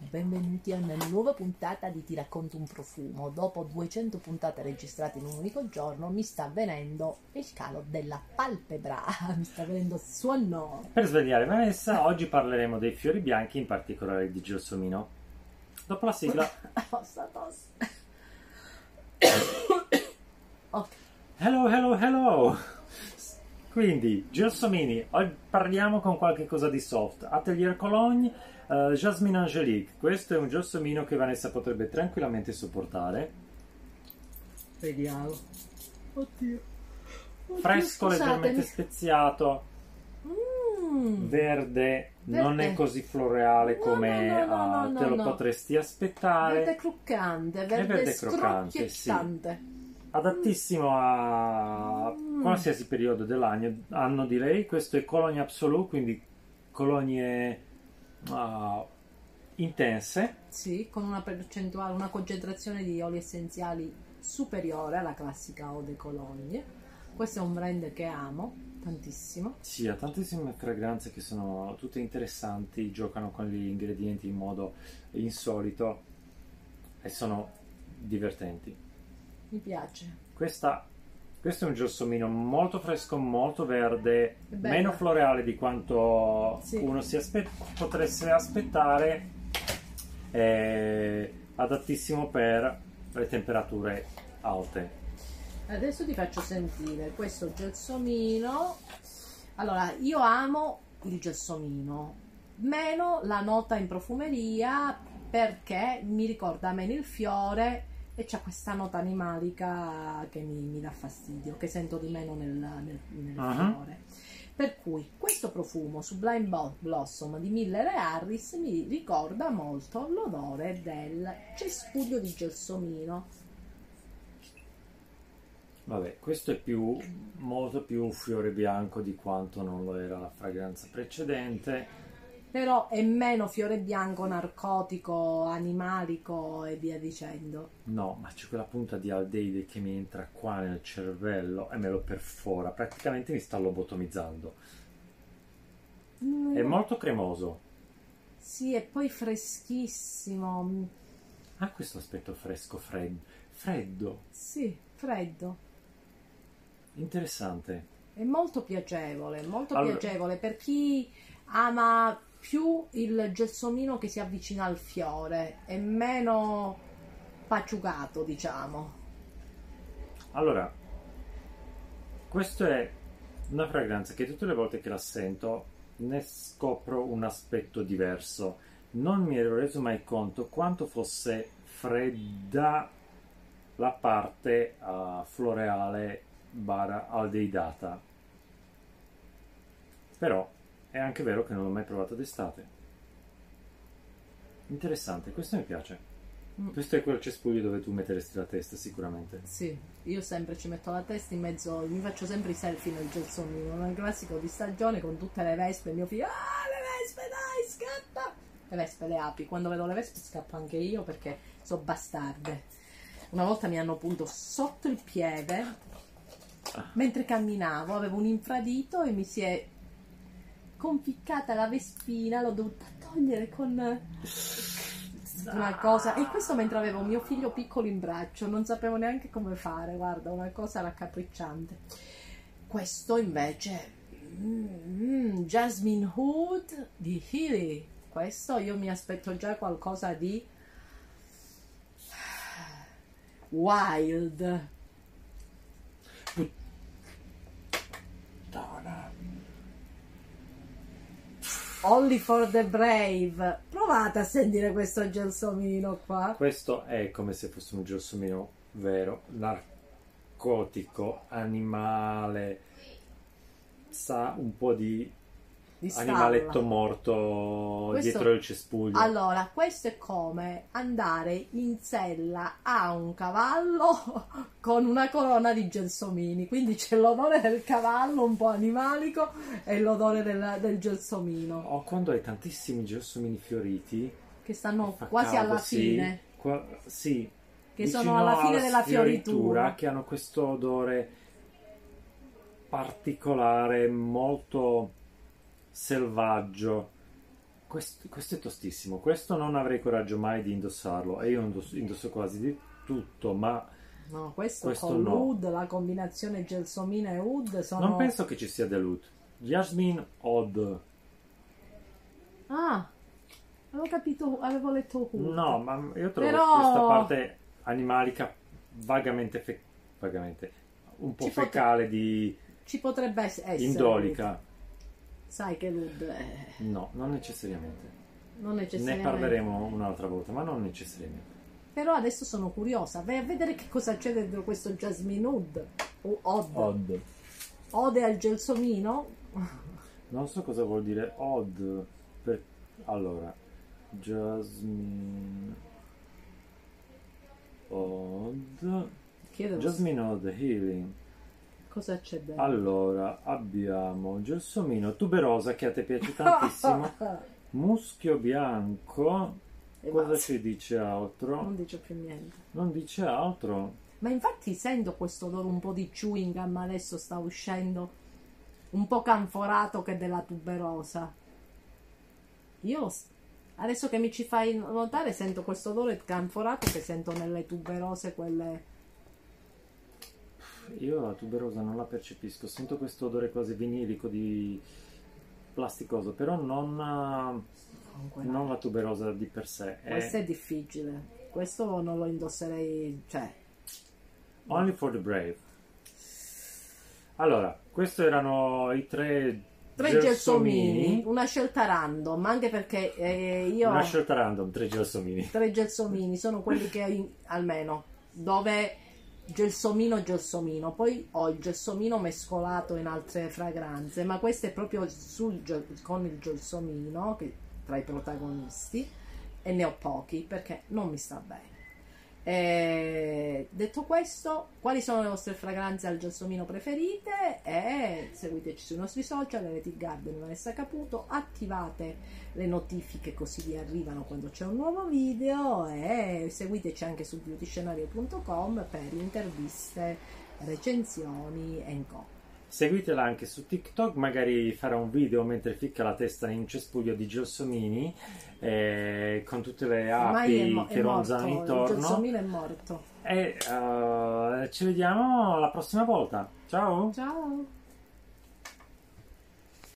benvenuti a una nuova puntata di Ti racconto un profumo. Dopo 200 puntate registrate in un unico giorno mi sta avvenendo il calo della palpebra, mi sta avvenendo sonno. Per svegliare Vanessa, oggi parleremo dei fiori bianchi, in particolare di gelsomino. Dopo la sigla. Sta tosse. Ok. Hello! Quindi, gelsomini, oggi parliamo con qualche cosa di soft. Atelier Cologne, Jasmine Angélique. Questo è un gelsomino che Vanessa potrebbe tranquillamente sopportare. Vediamo. Oddio, Fresco, scusatemi. leggermente speziato, verde, non è così floreale come te lo potresti aspettare. Verde croccante, verde scrocchiettante. Adattissimo a qualsiasi periodo dell'anno, direi. Questo è Cologne Absolu, quindi colonie intense. Sì, con una percentuale, una concentrazione di oli essenziali superiore alla classica Eau de Cologne. Questo è un brand che amo tantissimo. Sì, ha tantissime fragranze che sono tutte interessanti, giocano con gli ingredienti in modo insolito e sono divertenti. Mi piace. Questo è un gelsomino molto fresco, molto verde, meno floreale di quanto uno potesse aspettare, adattissimo per le temperature alte. Adesso ti faccio sentire questo gelsomino. Allora, io amo il gelsomino, meno la nota in profumeria perché mi ricorda meno il fiore e c'ha questa nota animalica che mi dà fastidio, che sento di meno nel fiore. Per cui questo profumo Sublime Blossom di Miller & Harris mi ricorda molto l'odore del cespuglio di gelsomino. Vabbè, questo è molto più fiore bianco di quanto non lo era la fragranza precedente. Però è meno fiore bianco, narcotico, animalico e via dicendo. No, ma c'è quella punta di aldeide che mi entra qua nel cervello e me lo perfora. Praticamente mi sta lobotomizzando. È molto cremoso. Sì, e poi freschissimo. Ha questo aspetto fresco, freddo. Sì, freddo. Interessante. È molto piacevole per chi ama più il gelsomino che si avvicina al fiore e meno paciugato, diciamo. Allora, questa è una fragranza che tutte le volte che la sento ne scopro un aspetto diverso. Non mi ero reso mai conto quanto fosse fredda la parte floreale aldeidata. Però è anche vero che non l'ho mai provato d'estate. Interessante, questo mi piace. Questo è quel cespuglio dove tu metteresti la testa sicuramente. Sì, io sempre ci metto la testa in mezzo, mi faccio sempre i selfie nel gelsomino, un classico di stagione con tutte le vespe, mio figlio, le vespe, dai, scatta! Le vespe, le api, quando vedo le vespe scappo anche io perché so bastarde. Una volta mi hanno punto sotto il piede, mentre camminavo, avevo un infradito e mi si è conficcata la vespina, l'ho dovuta togliere con una cosa, e questo mentre avevo mio figlio piccolo in braccio, non sapevo neanche come fare, guarda, una cosa raccapricciante. Questo invece Jasmine Hood di Healy, questo io mi aspetto già qualcosa di wild. Only for the brave. Provate a sentire questo gelsomino qua. Questo è come se fosse un gelsomino vero, narcotico, animale, sa un po' di animaletto morto questo, dietro il cespuglio. Allora, questo è come andare in sella a un cavallo con una corona di gelsomini, quindi c'è l'odore del cavallo un po' animalico e l'odore del gelsomino. O quando hai tantissimi gelsomini fioriti che stanno quasi alla fine, sì, che sono alla fine della fioritura, che hanno questo odore particolare, molto selvaggio, questo è tostissimo. Questo non avrei coraggio mai di indossarlo. E io indosso quasi di tutto, ma No, questo questo con no. Oud, la combinazione gelsomina e Oud sono... Non penso che ci sia dell'oud. Jasmine Oud. Ah, avevo capito, avevo letto Oud. No, ma io trovo Però- questa parte animalica vagamente, un po' Ci pot- fecale di Ci potrebbe essere indolica. Oud. Sai che Oud è... No, non necessariamente. non Ne necessariamente... parleremo un'altra volta, ma non necessariamente. Però adesso sono curiosa. Vai a vedere che cosa c'è dentro questo Jasmine Oud. O Oud. Odd. Ode al gelsomino. Non so cosa vuol dire odd. Allora, Jasmine Odd. Chiedo Jasmine Odd Healing. cosa c'è dentro. Allora, abbiamo gelsomino tuberosa che a te piace tantissimo. Muschio bianco. E Cosa basta. ci dice altro? Non dice più niente. Non dice altro. Ma infatti sento questo odore un po' di chewing gum, adesso sta uscendo un po' canforato che della tuberosa. Adesso che mi ci fai notare sento questo odore canforato che sento nelle tuberose, quelle... Io la tuberosa non la percepisco. Sento questo odore quasi vinilico di plasticoso, però non Comunque la tuberosa di per sé. questo è difficile. Questo non lo indosserei, cioè... Only for the brave. Allora, questi erano i tre gelsomini, una scelta random, anche perché io... Una scelta random, 3 gelsomini. 3 gelsomini sono quelli che almeno dove gelsomino, poi ho il gelsomino mescolato in altre fragranze, ma questo è proprio con il gelsomino che tra i protagonisti, e ne ho pochi perché non mi sta bene. Detto questo, quali sono le vostre fragranze al gelsomino preferite? E seguiteci sui nostri social, Eretic Garden, Vanessa Caputo, attivate le notifiche così vi arrivano quando c'è un nuovo video, e seguiteci anche su beautyscenario.com per interviste, recensioni e co. Seguitela anche su TikTok, magari farà un video mentre ficca la testa in un cespuglio di gelsomini con tutte le api che ronzano Il intorno. gelsomino è morto. E ci vediamo la prossima volta. Ciao! Ciao!